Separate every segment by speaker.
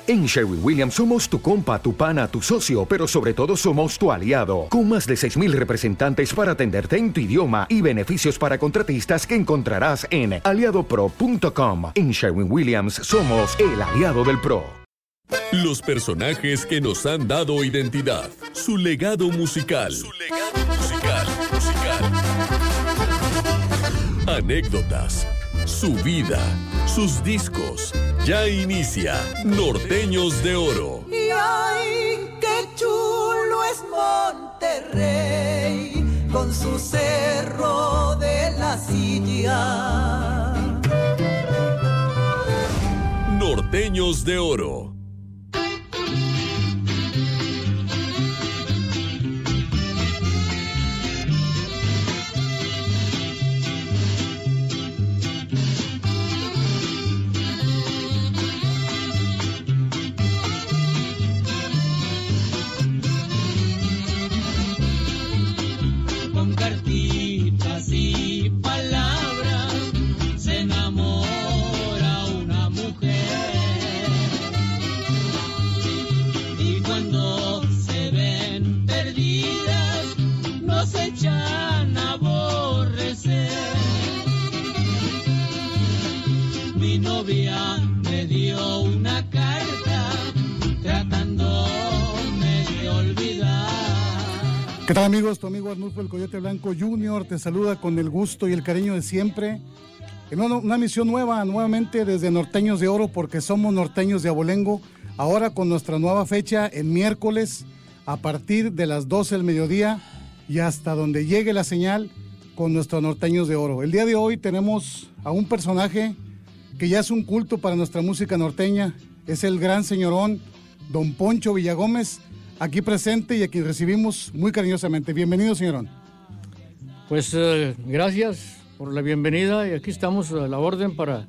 Speaker 1: En Sherwin-Williams somos tu compa, tu pana, tu socio, pero sobre todo somos tu aliado, con más de 6,000 representantes para atenderte en tu idioma y beneficios para contratistas que encontrarás en aliadopro.com. En Sherwin-Williams somos el aliado del pro.
Speaker 2: Los personajes que nos han dado identidad, su legado musical. Anécdotas, su vida, sus discos. Ya inicia Norteños de Oro.
Speaker 3: Y ay, qué chulo es Monterrey, con su cerro de la Silla.
Speaker 2: Norteños de Oro.
Speaker 4: Me dio una carta tratándome de olvidar.
Speaker 5: ¿Qué tal, amigos? Tu amigo Arnulfo el Coyote Blanco Jr. te saluda con el gusto y el cariño de siempre en una misión nuevamente desde Norteños de Oro, porque somos norteños de abolengo, ahora con nuestra nueva fecha en miércoles a partir de las 12 del mediodía y hasta donde llegue la señal con nuestros Norteños de Oro. El día de hoy tenemos a un personaje que ya es un culto para nuestra música norteña, es el gran señorón Don Poncho Villagómez, aquí presente y a quien recibimos muy cariñosamente. Bienvenido, señorón.
Speaker 6: Pues gracias por la bienvenida y aquí estamos a la orden para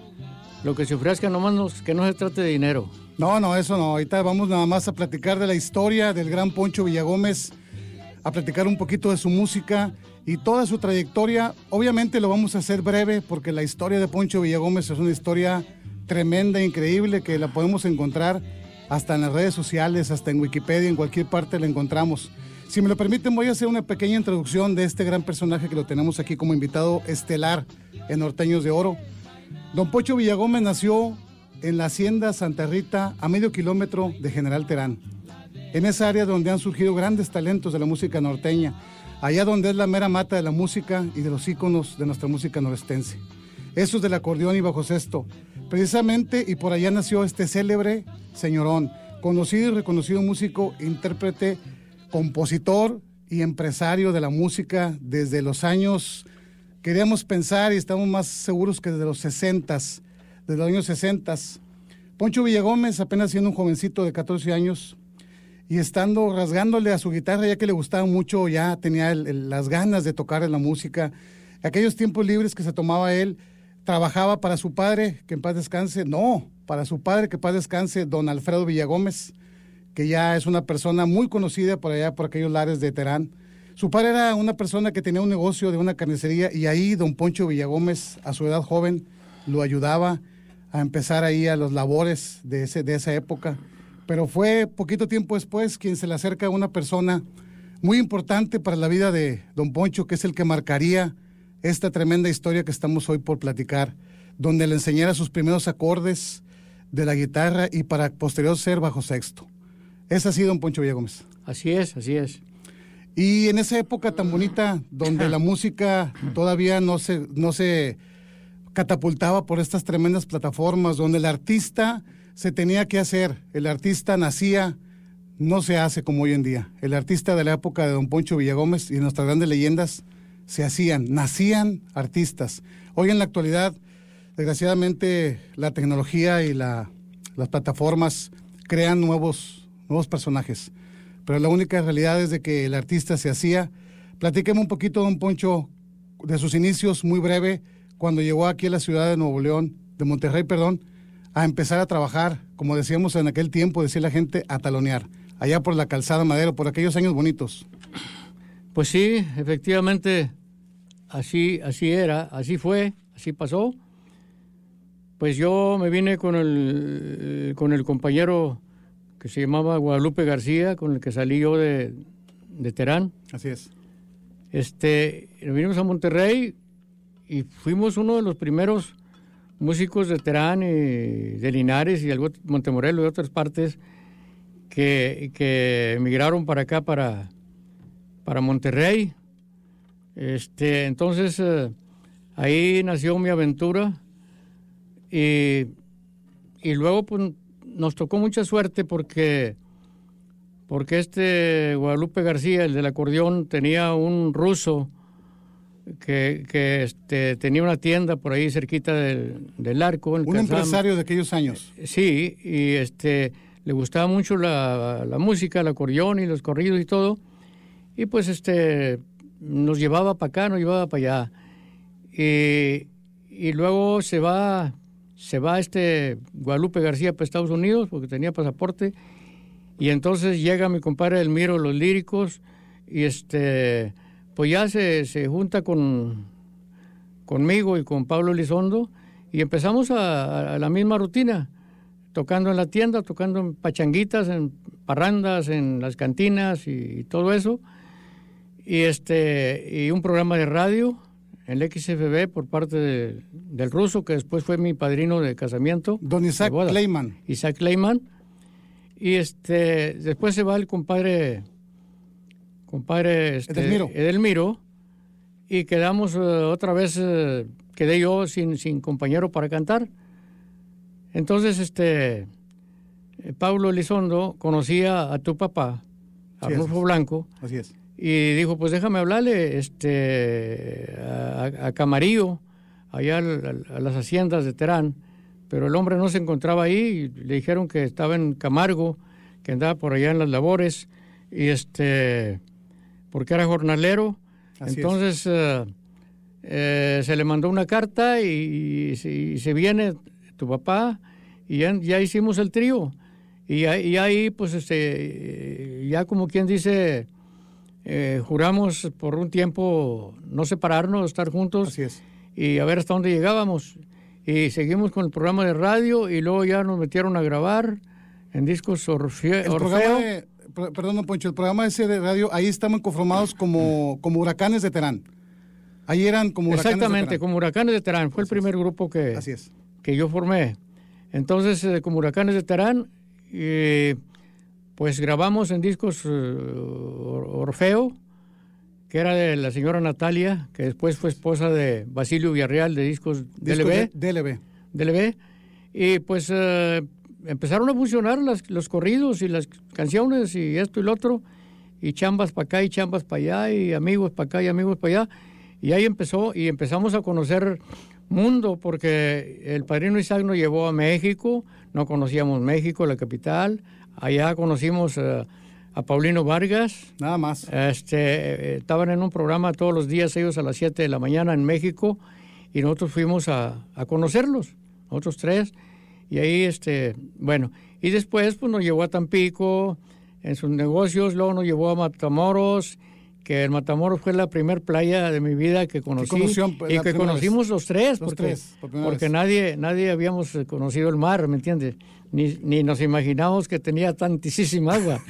Speaker 6: lo que se ofrezca, nomás que no se trate de dinero.
Speaker 5: No, eso no, ahorita vamos nada más a platicar de la historia del gran Poncho Villagómez, a platicar un poquito de su música y toda su trayectoria. Obviamente lo vamos a hacer breve porque la historia de Poncho Villagómez es una historia tremenda, increíble, que la podemos encontrar hasta en las redes sociales, hasta en Wikipedia, en cualquier parte la encontramos. Si me lo permiten, voy a hacer una pequeña introducción de este gran personaje que lo tenemos aquí como invitado estelar en Norteños de Oro. Don Poncho Villagómez nació en la hacienda Santa Rita, a medio kilómetro de General Terán, en esa área donde han surgido grandes talentos de la música norteña, allá donde es la mera mata de la música y de los íconos de nuestra música norestense. Eso es del acordeón y bajo sexto. Precisamente, y por allá nació este célebre señorón, conocido y reconocido músico, intérprete, compositor y empresario de la música desde los años, queríamos pensar y estamos más seguros que desde los 60s, desde los años 60s. Poncho Villagómez, apenas siendo un jovencito de 14 años, y estando rasgándole a su guitarra, ya que le gustaba mucho, ya tenía las ganas de tocar en la música. Aquellos tiempos libres que se tomaba él, trabajaba para su padre, que en paz descanse, para su padre, que en paz descanse, don Alfredo Villagómez, que ya es una persona muy conocida por allá, por aquellos lares de Terán. Su padre era una persona que tenía un negocio de una carnicería y ahí don Poncho Villagómez, a su edad joven, lo ayudaba a empezar ahí a los labores de esa época. Pero fue poquito tiempo después quien se le acerca a una persona muy importante para la vida de don Poncho, que es el que marcaría esta tremenda historia que estamos hoy por platicar, donde le enseñara sus primeros acordes de la guitarra y para posterior ser bajo sexto. Es así, don Poncho Villagómez.
Speaker 6: Así es.
Speaker 5: Y en esa época tan bonita, donde la música todavía no se catapultaba por estas tremendas plataformas, donde el artista se tenía que hacer, el artista nacía, no se hace como hoy en día. El artista de la época de don Poncho Villagómez y de nuestras grandes leyendas nacían artistas. Hoy en la actualidad, desgraciadamente, la tecnología y las plataformas crean nuevos personajes. Pero la única realidad es de que el artista se hacía. Platíqueme un poquito, don Poncho, de sus inicios, muy breve, cuando llegó aquí a la ciudad de Monterrey, a empezar a trabajar, como decíamos en aquel tiempo, decía la gente, a talonear, allá por la Calzada Madero, por aquellos años bonitos.
Speaker 6: Pues sí, efectivamente, así era, así fue, así pasó. pues yo me vine con el compañero que se llamaba Guadalupe García, con el que salí yo de Terán.
Speaker 5: Así es.
Speaker 6: Vinimos a Monterrey y fuimos uno de los primeros músicos de Terán y de Linares y de Montemorelos y de otras partes que emigraron para acá, para Monterrey. Entonces, ahí nació mi aventura y luego pues nos tocó mucha suerte porque Guadalupe García, el del acordeón, tenía un ruso que tenía una tienda por ahí cerquita del Arco.
Speaker 5: Un empresario de aquellos años.
Speaker 6: Sí, y le gustaba mucho la música, el acordeón y los corridos y todo. Y pues nos llevaba para acá, nos llevaba para allá. Y luego se va Guadalupe García para Estados Unidos porque tenía pasaporte. Y entonces llega mi compadre Elmiro de los Líricos y pues ya se junta conmigo y con Pablo Elizondo y empezamos a la misma rutina, tocando en la tienda, tocando en pachanguitas, en parrandas, en las cantinas y todo eso. Y un programa de radio en el XFB por parte del ruso, que después fue mi padrino de casamiento.
Speaker 5: Don Isaac Kleiman.
Speaker 6: Isaac Kleiman. Y después se va el compadre Edelmiro, y quedamos otra vez, quedé yo sin compañero para cantar. Entonces, Pablo Elizondo conocía a tu papá, Arnulfo Blanco.
Speaker 5: Así es.
Speaker 6: Y dijo, pues déjame hablarle a Camarillo, allá a las haciendas de Terán. Pero el hombre no se encontraba ahí, y le dijeron que estaba en Camargo, que andaba por allá en las labores, y porque era jornalero. Así entonces se le mandó una carta y se viene tu papá, y ya hicimos el trío. Y ahí, pues, ya como quien dice, juramos por un tiempo no separarnos, estar juntos.
Speaker 5: Así es.
Speaker 6: Y a ver hasta dónde llegábamos. Y seguimos con el programa de radio y luego ya nos metieron a grabar en discos Orfeo.
Speaker 5: Perdón, don Poncho, el programa ese de radio, ahí estamos conformados como Huracanes de Terán. Ahí eran como Huracanes de Terán.
Speaker 6: Exactamente, como Huracanes de Terán. Fue el primer grupo que yo formé. Entonces, como Huracanes de Terán, pues grabamos en discos Orfeo, que era de la señora Natalia, que después fue esposa de Basilio Villarreal, de discos DLB. Y pues empezaron a funcionar los corridos y las canciones y esto y lo otro, y chambas para acá y chambas para allá, y amigos para acá y amigos para allá. Y ahí empezamos a conocer mundo, porque el padrino Isaac nos llevó a México, no conocíamos México, la capital. Allá conocimos a Paulino Vargas.
Speaker 5: Nada más.
Speaker 6: Estaban en un programa todos los días, ellos a las 7 de la mañana en México, y nosotros fuimos a conocerlos, nosotros tres. Y ahí, bueno, y después pues nos llevó a Tampico en sus negocios, luego nos llevó a Matamoros, que en Matamoros fue la primer playa de mi vida que conocí, y que conocimos los tres, porque nadie habíamos conocido el mar, ¿me entiendes? Ni nos imaginamos que tenía tantísima agua.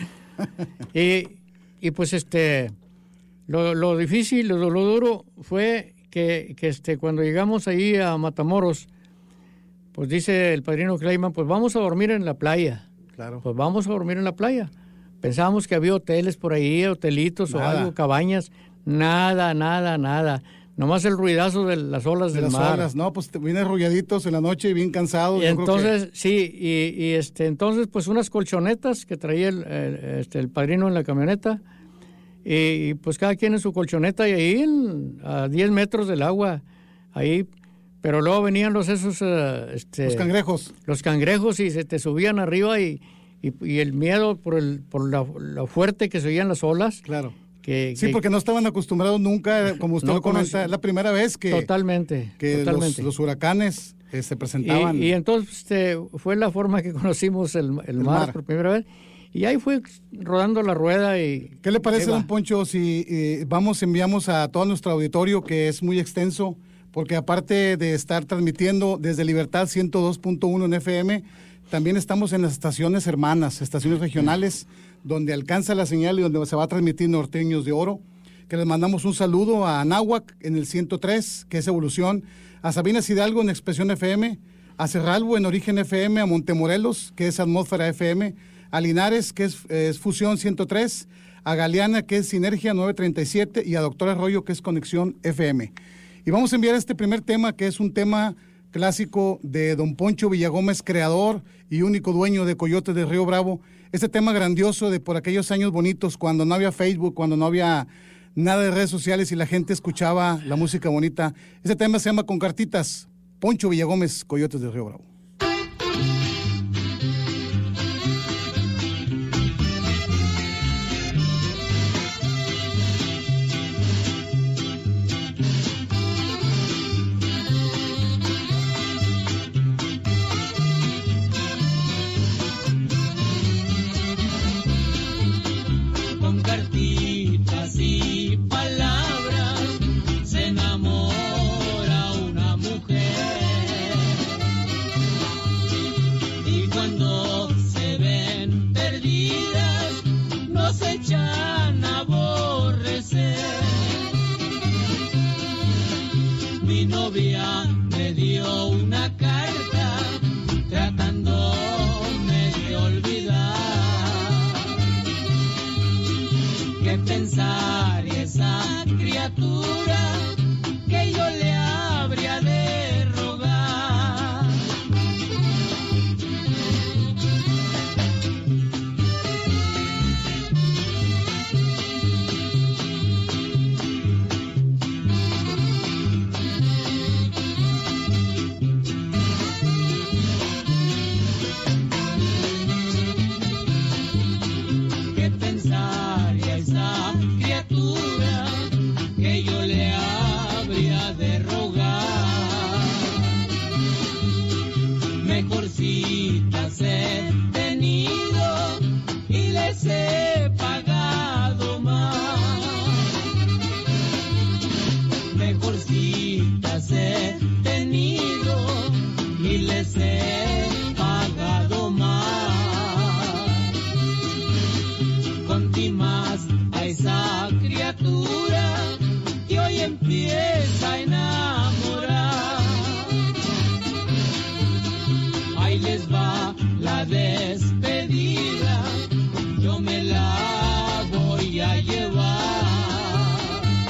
Speaker 6: y pues lo difícil, lo duro fue que cuando llegamos ahí a Matamoros, pues dice el padrino Kleiman, pues vamos a dormir en la playa.
Speaker 5: Claro.
Speaker 6: Pues vamos a dormir en la playa. Pensábamos que había hoteles por ahí, hotelitos o algo, cabañas. Nada. Nomás el ruidazo de las olas del mar.
Speaker 5: Olas, no, pues bien arrulladitos en la noche y bien cansados.
Speaker 6: Y entonces, entonces, pues unas colchonetas que traía el padrino en la camioneta. Y pues cada quien en su colchoneta, y ahí a 10 metros del agua, ahí. Pero luego venían los
Speaker 5: cangrejos.
Speaker 6: Los cangrejos, y se te subían arriba, y el miedo por lo fuerte que se oían las olas.
Speaker 5: Claro. Porque no estaban acostumbrados nunca, como usted lo comenta, es la primera vez que los huracanes se presentaban.
Speaker 6: Y entonces fue la forma que conocimos el mar por primera vez. Y ahí fue rodando la rueda.
Speaker 5: ¿Qué le parece, don Poncho, si enviamos a todo nuestro auditorio, que es muy extenso, porque aparte de estar transmitiendo desde Libertad 102.1 en FM, también estamos en las estaciones hermanas, estaciones regionales, donde alcanza la señal y donde se va a transmitir Norteños de Oro, que les mandamos un saludo a Anáhuac en el 103, que es Evolución, a Sabinas Hidalgo en Expresión FM, a Cerralbo en Origen FM, a Montemorelos, que es Atmósfera FM, a Linares, que es Fusión 103, a Galeana, que es Sinergia 937, y a Doctor Arroyo, que es Conexión FM. Y vamos a enviar este primer tema, que es un tema clásico de don Poncho Villagómez, creador y único dueño de Coyotes de Río Bravo. Este tema grandioso de por aquellos años bonitos, cuando no había Facebook, cuando no había nada de redes sociales y la gente escuchaba la música bonita. Este tema se llama Con Cartitas. Poncho Villagómez, Coyotes de Río Bravo.
Speaker 4: Con cartitas y palabras se enamora una mujer, y cuando se ven perdidas nos echan a aborrecer. Mi novia me dio una carta tratándome de olvidar. ¿Qué pensaría esa criatura que yo le habría de rogar? ¿Qué pensaría esa criatura que yo le habría de rogar? Mejor citas he tenido y les he pagado más. Mejor citas he tenido y les he pagado más. Contimas a esa criatura que hoy empieza a enamorar. Ahí les va la despedida, yo me la voy a llevar.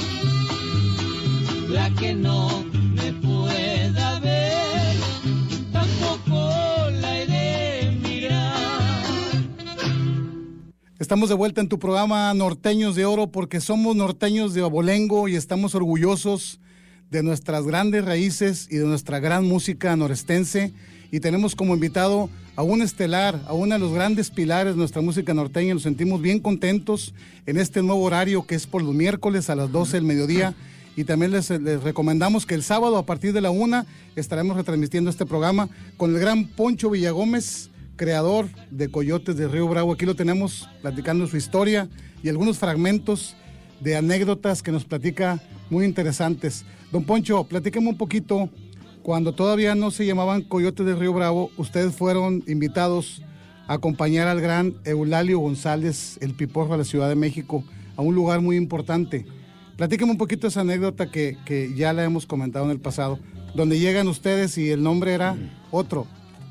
Speaker 4: La que no me pueda ver, tampoco la he de mirar.
Speaker 5: Estamos de vuelta en tu programa Norteños de Oro, porque somos norteños de abolengo y estamos orgullosos de nuestras grandes raíces y de nuestra gran música norestense, y tenemos como invitado a un estelar, a uno de los grandes pilares de nuestra música norteña. Nos sentimos bien contentos en este nuevo horario que es por los miércoles a las 12 del mediodía, y también les recomendamos que el sábado a partir de la 1 estaremos retransmitiendo este programa con el gran Poncho Villagómez, creador de Coyotes de Río Bravo. Aquí lo tenemos platicando su historia y algunos fragmentos de anécdotas que nos platica muy interesantes. Don Poncho, platíqueme un poquito. Cuando todavía no se llamaban Coyotes de Río Bravo, ustedes fueron invitados a acompañar al gran Eulalio González, el Piporro, a la Ciudad de México, a un lugar muy importante. Platíqueme un poquito esa anécdota que ya la hemos comentado en el pasado, donde llegan ustedes y el nombre era otro.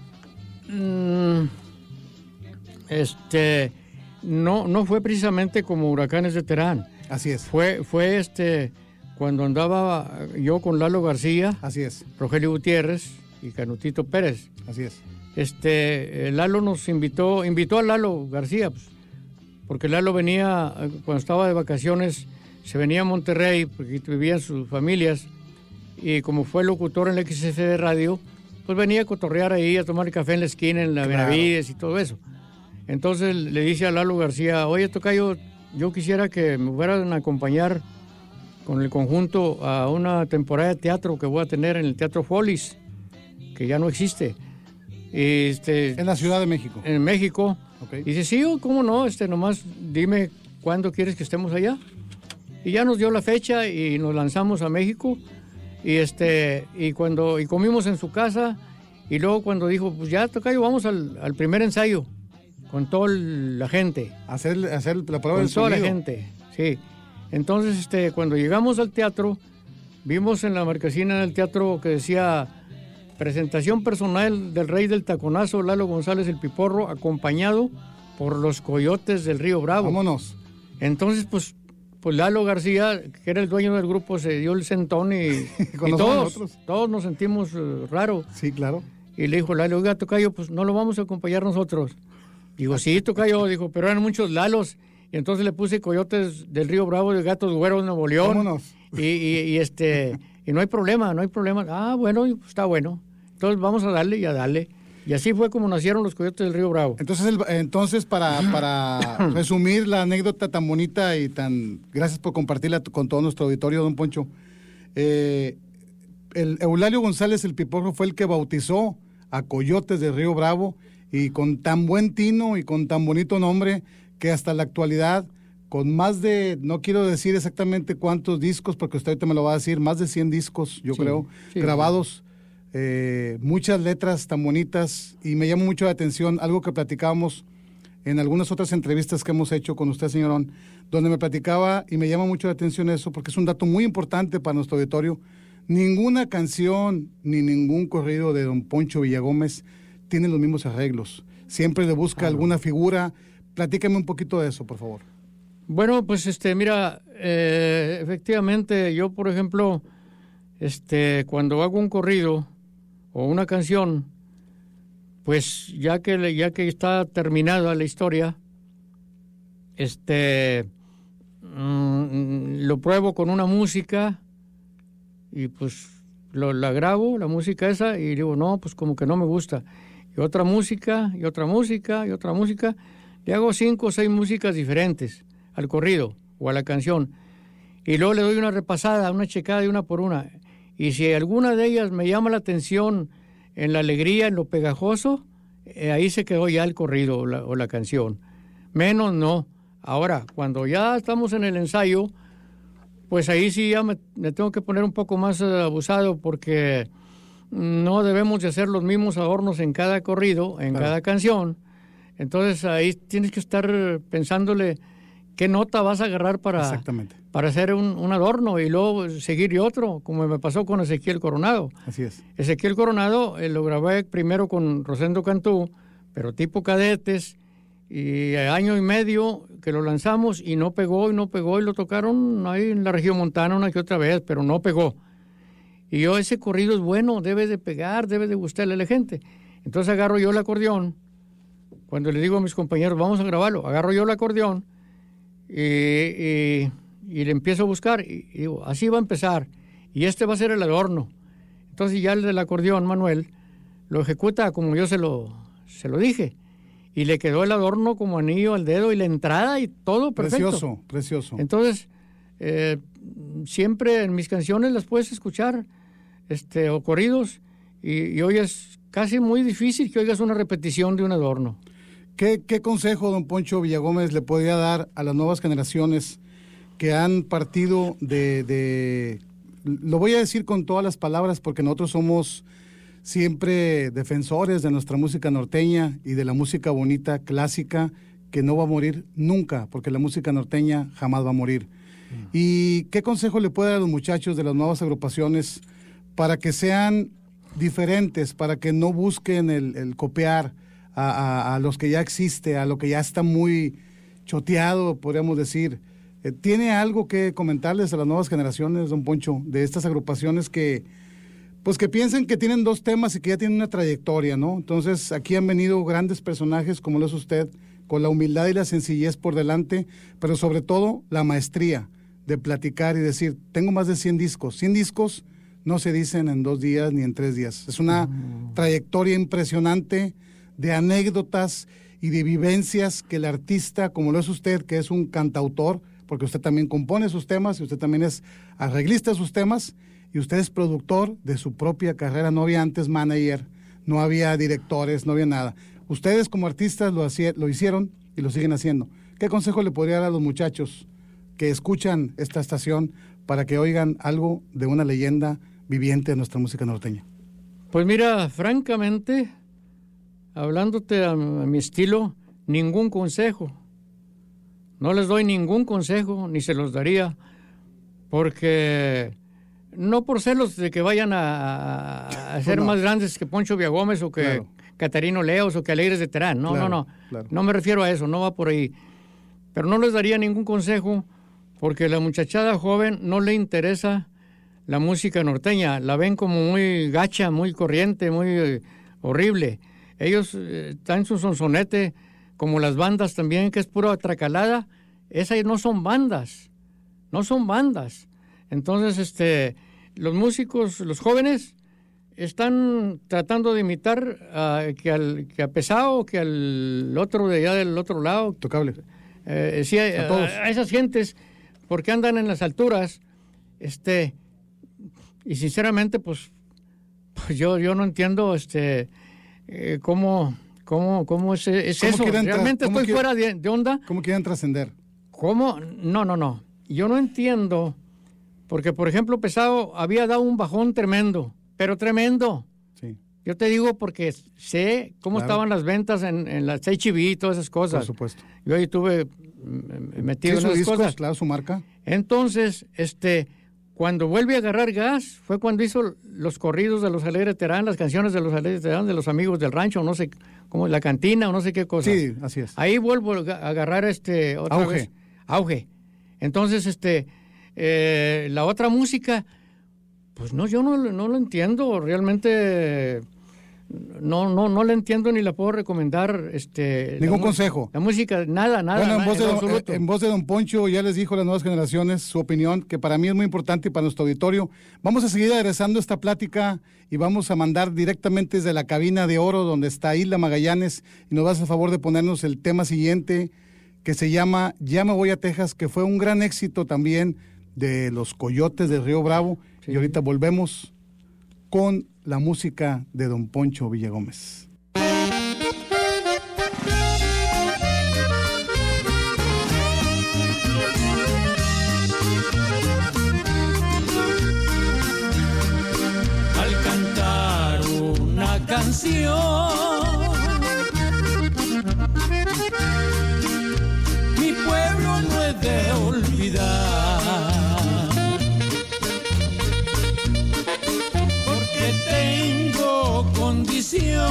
Speaker 6: No fue precisamente como Huracanes de Terán.
Speaker 5: Así es.
Speaker 6: Fue cuando andaba yo con Lalo García,
Speaker 5: Así es.
Speaker 6: Rogelio Gutiérrez y Canutito Pérez.
Speaker 5: Así es.
Speaker 6: Lalo nos invitó a Lalo García, pues, porque Lalo venía, cuando estaba de vacaciones, se venía a Monterrey, porque vivían sus familias, y como fue locutor en la XF de radio, pues venía a cotorrear ahí, a tomar café en la esquina, en la Benavides y todo eso. Entonces le dice a Lalo García: oye, tocayo, yo quisiera que me fueran a acompañar con el conjunto a una temporada de teatro que voy a tener en el Teatro Follis, que ya no existe.
Speaker 5: En la Ciudad de México.
Speaker 6: En México.
Speaker 5: Okay.
Speaker 6: Y dice: sí, cómo no, nomás dime cuándo quieres que estemos allá. Y ya nos dio la fecha y nos lanzamos a México. Y comimos en su casa, y luego cuando dijo, pues ya, tocayo, vamos al primer ensayo, con toda la gente.
Speaker 5: Hacer la prueba
Speaker 6: con
Speaker 5: del
Speaker 6: toda
Speaker 5: sonido.
Speaker 6: la gente, sí. Entonces, cuando llegamos al teatro, vimos en la marquesina del teatro que decía presentación personal del rey del taconazo, Lalo González el Piporro, acompañado por los Coyotes del Río Bravo.
Speaker 5: Vámonos.
Speaker 6: Entonces, pues Lalo García, que era el dueño del grupo, se dio el sentón y todos nos sentimos raro.
Speaker 5: Sí, claro.
Speaker 6: Y le dijo Lalo, oiga, tocayo, pues no lo vamos a acompañar nosotros. Digo, sí, tocayo, dijo, pero eran muchos Lalos. Y entonces le puse Coyotes del Río Bravo, de Gatos Güeros, Nuevo León.
Speaker 5: Vámonos.
Speaker 6: Y no hay problema. Ah, bueno, está bueno. Entonces vamos a darle y a darle. Y así fue como nacieron los Coyotes del Río Bravo.
Speaker 5: Entonces para resumir la anécdota tan bonita y tan... Gracias por compartirla con todo nuestro auditorio, don Poncho. El Eulalio González el Piporro fue el que bautizó a Coyotes del Río Bravo, y con tan buen tino y con tan bonito nombre que hasta la actualidad, con más de, no quiero decir exactamente cuántos discos, porque usted ahorita me lo va a decir, más de 100 discos, yo creo, grabados, muchas letras tan bonitas, y me llama mucho la atención algo que platicábamos en algunas otras entrevistas que hemos hecho con usted, señorón, donde me platicaba, y me llama mucho la atención eso, porque es un dato muy importante para nuestro auditorio. Ninguna canción ni ningún corrido de don Poncho Villagómez tiene los mismos arreglos. Siempre le busca alguna figura. Platícame un poquito de eso, por favor.
Speaker 6: Bueno, pues mira, efectivamente, yo, por ejemplo, cuando hago un corrido o una canción, pues ya que está terminada la historia, lo pruebo con una música y pues la grabo, la música esa, y digo, no, pues como que no me gusta. Y otra música, y otra música, y otra música. Le hago 5 o 6 músicas diferentes al corrido o a la canción. Y luego le doy una repasada, una checada de una por una. Y si alguna de ellas me llama la atención en la alegría, en lo pegajoso, ahí se quedó ya el corrido o la canción. Menos no. Ahora, cuando ya estamos en el ensayo, pues ahí sí ya me tengo que poner un poco más abusado, porque no debemos de hacer los mismos adornos en cada corrido, en cada canción. Entonces ahí tienes que estar pensándole qué nota vas a agarrar para hacer un adorno, y luego seguir otro, como me pasó con Ezequiel Coronado.
Speaker 5: Así es.
Speaker 6: Ezequiel Coronado lo grabé primero con Rosendo Cantú, pero tipo cadetes, y año y medio que lo lanzamos y no pegó, y lo tocaron ahí en la región montana una que otra vez, pero no pegó. Y ese corrido es bueno, debe de pegar, debe de gustarle a la gente. Entonces agarro yo el acordeón, cuando le digo a mis compañeros, vamos a grabarlo, agarro yo el acordeón y le empiezo a buscar, y digo, así va a empezar, y va a ser el adorno. Entonces ya el del acordeón, Manuel, lo ejecuta como yo se lo dije, y le quedó el adorno como anillo al dedo, y la entrada y todo perfecto.
Speaker 5: Precioso.
Speaker 6: Entonces, siempre en mis canciones las puedes escuchar, o corridos, y hoy es casi muy difícil que oigas una repetición de un adorno.
Speaker 5: ¿Qué consejo, don Poncho Villagómez, le podría dar a las nuevas generaciones que han partido lo voy a decir con todas las palabras, porque nosotros somos siempre defensores de nuestra música norteña y de la música bonita, clásica, que no va a morir nunca, porque la música norteña jamás va a morir? ¿Y qué consejo le puede dar a los muchachos de las nuevas agrupaciones para que sean diferentes, para que no busquen el copiar a los que ya existe, a lo que ya está muy choteado, podríamos decir? ¿Tiene algo que comentarles a las nuevas generaciones, don Poncho, de estas agrupaciones que piensen que tienen 2 temas y que ya tienen una trayectoria, ¿no? Entonces, aquí han venido grandes personajes, como lo es usted, con la humildad y la sencillez por delante, pero sobre todo la maestría de platicar y decir, tengo más de 100 discos. 100 discos no se dicen en 2 días ni en 3 días. Es una trayectoria impresionante de anécdotas y de vivencias que el artista, como lo es usted, que es un cantautor, porque usted también compone sus temas, y usted también es arreglista de sus temas, y usted es productor de su propia carrera. No había antes manager, no había directores, no había nada. Ustedes como artistas lo hicieron y lo siguen haciendo. ¿Qué consejo le podría dar a los muchachos que escuchan esta estación para que oigan algo de una leyenda viviente de nuestra música norteña?
Speaker 6: Pues mira, francamente, hablándote a mi estilo, ningún consejo. No les doy ningún consejo, ni se los daría, porque no por celos de que vayan a ser más grandes que Poncho Villagómez o que Catarino Leos o que Alegres de Terán. No, claro. No me refiero a eso, no va por ahí. Pero no les daría ningún consejo porque la muchachada joven no le interesa la música norteña. La ven como muy gacha, muy corriente, muy horrible. Ellos están en su sonsonete, como las bandas también, que es pura tracalada. Esas no son bandas. Entonces, los músicos, los jóvenes, están tratando de imitar que a Pesado, que al otro de allá del otro lado.
Speaker 5: Tocable.
Speaker 6: Sí, a esas gentes, porque andan en las alturas, y sinceramente, pues yo no entiendo, cómo es eso. Realmente estoy fuera de onda.
Speaker 5: ¿Cómo quieren trascender?
Speaker 6: ¿Cómo? No. Yo no entiendo, porque, por ejemplo, Pesado había dado un bajón tremendo, pero tremendo.
Speaker 5: Sí.
Speaker 6: Yo te digo porque sé cómo estaban las ventas en las HB y todas esas cosas.
Speaker 5: Por supuesto.
Speaker 6: Yo ahí estuve metido en esas cosas.
Speaker 5: Claro, su marca.
Speaker 6: Entonces, cuando vuelve a agarrar gas, fue cuando hizo los corridos de los Alegres de Terán, las canciones de los Alegres de Terán, de los Amigos del Rancho, no sé cómo, la cantina o no sé qué cosa.
Speaker 5: Sí, así es.
Speaker 6: Ahí vuelvo a agarrar otra vez. Auge. Entonces, la otra música, pues no, yo no lo entiendo, realmente no la entiendo ni la puedo recomendar.
Speaker 5: Ningún consejo.
Speaker 6: La música, nada.
Speaker 5: Bueno, en voz de Don Poncho ya les dijo a las nuevas generaciones su opinión, que para mí es muy importante y para nuestro auditorio. Vamos a seguir aderezando esta plática y vamos a mandar directamente desde la cabina de oro donde está Isla Magallanes y nos vas a favor de ponernos el tema siguiente que se llama Ya me voy a Texas, que fue un gran éxito también de los Coyotes de Río Bravo. Sí. Y ahorita volvemos con la música de Don Poncho Villagómez.
Speaker 4: Al cantar una canción, mi pueblo no he de olvidar, porque tengo condición.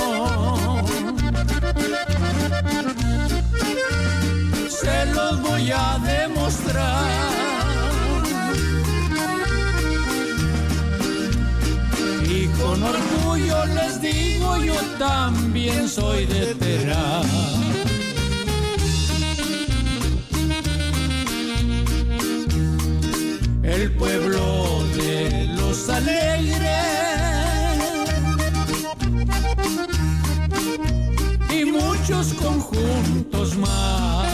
Speaker 4: Se los voy a demostrar. Y con orgullo les digo, yo también soy de Terán. El pueblo de los Alegres y muchos conjuntos más,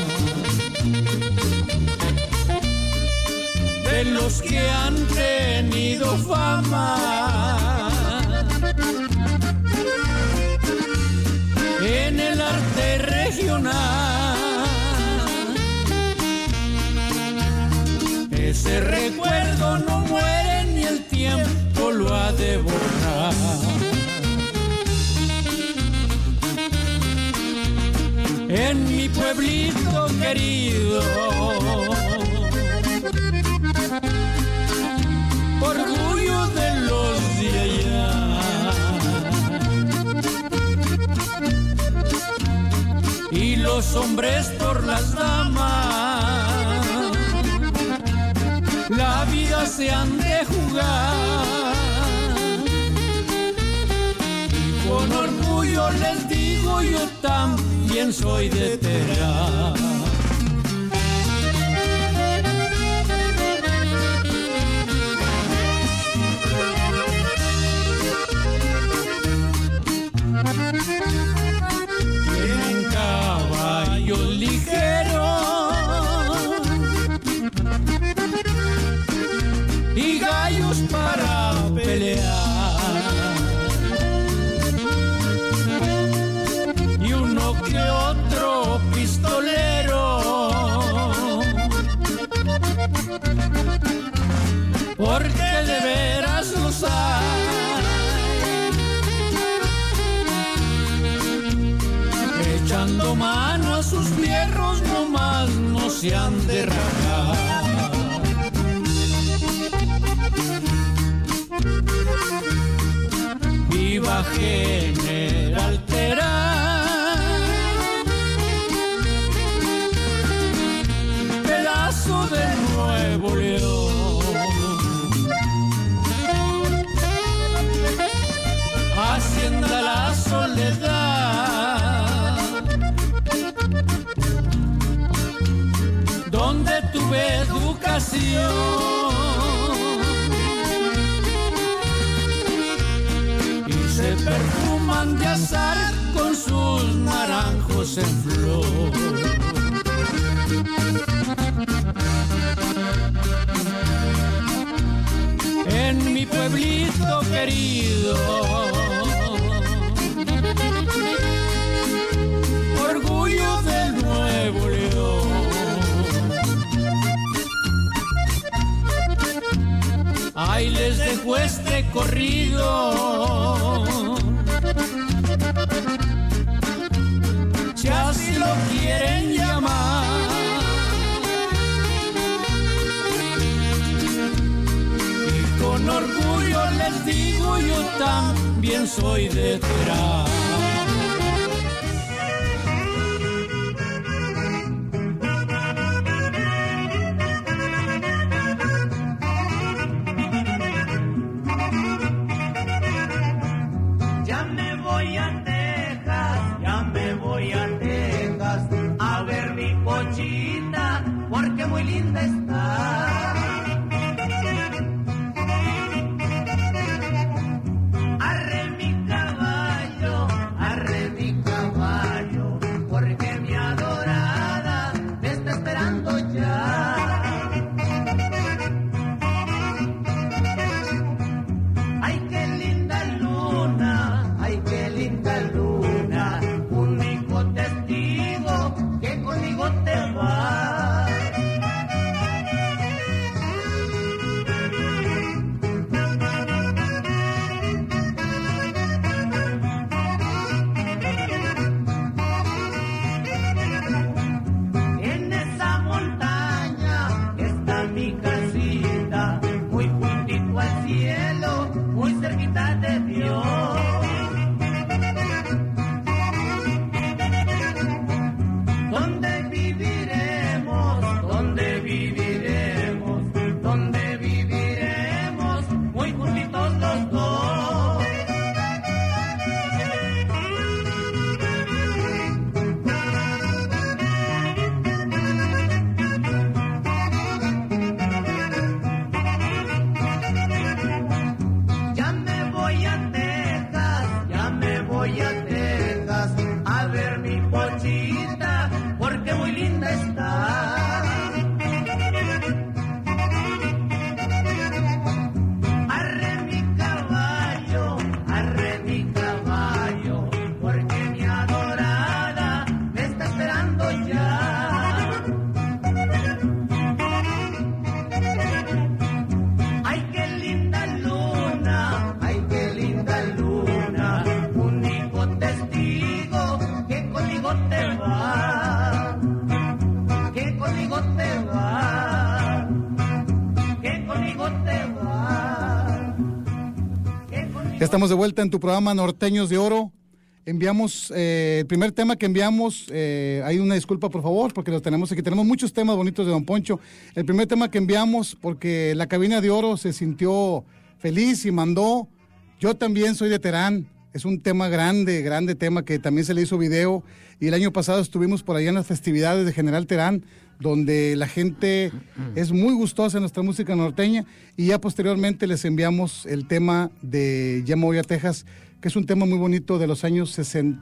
Speaker 4: de los que han tenido fama en el arte regional. Ese recuerdo no muere ni el tiempo lo ha de borrar. En mi pueblito querido, orgullo de los de allá, y los hombres por las damas, la vida se han de jugar. Y con orgullo les digo, yo también soy de Terán. Tienen caballos ligeros y gallos para pelear, y uno que otro pistolero mano a sus fierros, nomás no se han de rajar. Viva General Terán, pedazo de Nuevo León, Hacienda La Soledad, donde tuve educación se perfuman de azar con sus naranjos en flor. En mi pueblito querido, orgullo del Nuevo León, ahí les dejo este corrido, si así lo quieren llamar. Y con orgullo les digo, yo también soy de Terán.
Speaker 3: Porque muy linda está. Arre mi caballo, porque mi adorada me está esperando ya. Ay, qué linda luna, único testigo que conmigo te va.
Speaker 5: Estamos de vuelta en tu programa Norteños de Oro. Enviamos el primer tema que enviamos, hay una disculpa por favor, porque lo tenemos aquí, tenemos muchos temas bonitos de Don Poncho. El primer tema que enviamos, porque la cabina de oro se sintió feliz y mandó, yo también soy de Terán. Es un tema grande tema que también se le hizo video, y el año pasado estuvimos por allá en las festividades de General Terán, donde la gente es muy gustosa en nuestra música norteña, y ya posteriormente les enviamos el tema de Ya me voy a Texas, que es un tema muy bonito de los años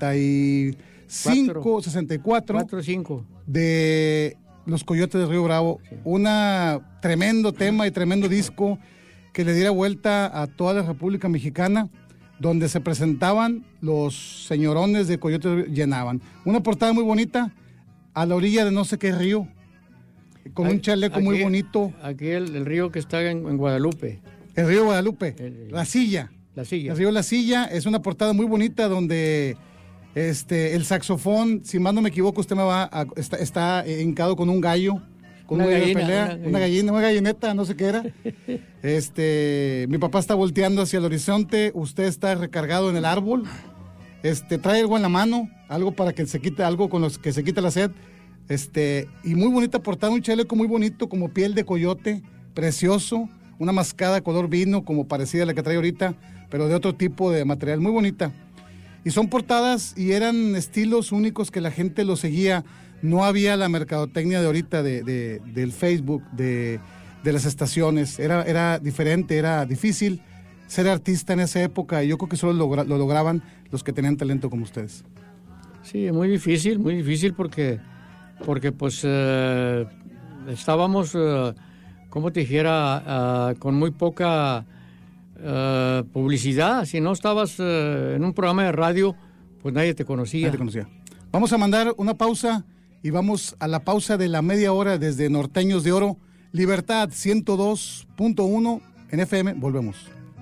Speaker 5: 65, 64,
Speaker 6: 5
Speaker 5: de Los Coyotes de Río Bravo. Sí. Una tremendo tema y tremendo disco que le diera vuelta a toda la República Mexicana, donde se presentaban los señorones de Coyotes, llenaban. Una portada muy bonita, a la orilla de no sé qué río, con un chaleco muy bonito.
Speaker 6: Aquí el río que está en Guadalupe.
Speaker 5: El río Guadalupe, La Silla.
Speaker 6: La Silla.
Speaker 5: El río La Silla, es una portada muy bonita donde El saxofón, si más no me equivoco, usted está hincado con un gallo, con un gallo de pelea, una gallineta, no sé qué era. Mi papá está volteando hacia el horizonte, usted está recargado en el árbol. Trae algo en la mano, algo para que se quite, algo con los que se quita la sed. Y muy bonita portada, un chaleco muy bonito, como piel de coyote, precioso, una mascada color vino, como parecida a la que trae ahorita, pero de otro tipo de material, muy bonita. Y son portadas y eran estilos únicos que la gente lo seguía. No había la mercadotecnia de ahorita del Facebook, de las estaciones. Era diferente, era difícil ser artista en esa época, y yo creo que solo lo lograban los que tenían talento como ustedes.
Speaker 6: Sí, muy difícil porque pues estábamos, como te dijera, con muy poca publicidad. Si no estabas en un programa de radio, pues nadie te conocía.
Speaker 5: Vamos a mandar una pausa y vamos a la pausa de la media hora desde Norteños de Oro, Libertad 102.1 en FM. Volvemos.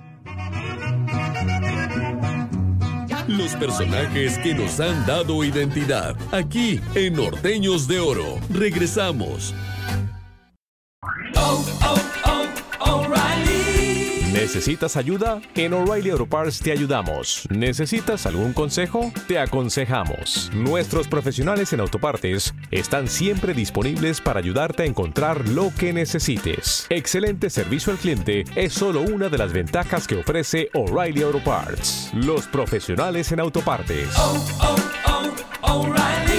Speaker 2: Los personajes que nos han dado identidad, aquí en Norteños de Oro. Regresamos.
Speaker 7: ¿Necesitas ayuda? En O'Reilly Auto Parts te ayudamos. ¿Necesitas algún consejo? Te aconsejamos. Nuestros profesionales en autopartes están siempre disponibles para ayudarte a encontrar lo que necesites. Excelente servicio al cliente es solo una de las ventajas que ofrece O'Reilly Auto Parts. Los profesionales en autopartes.
Speaker 3: O'Reilly.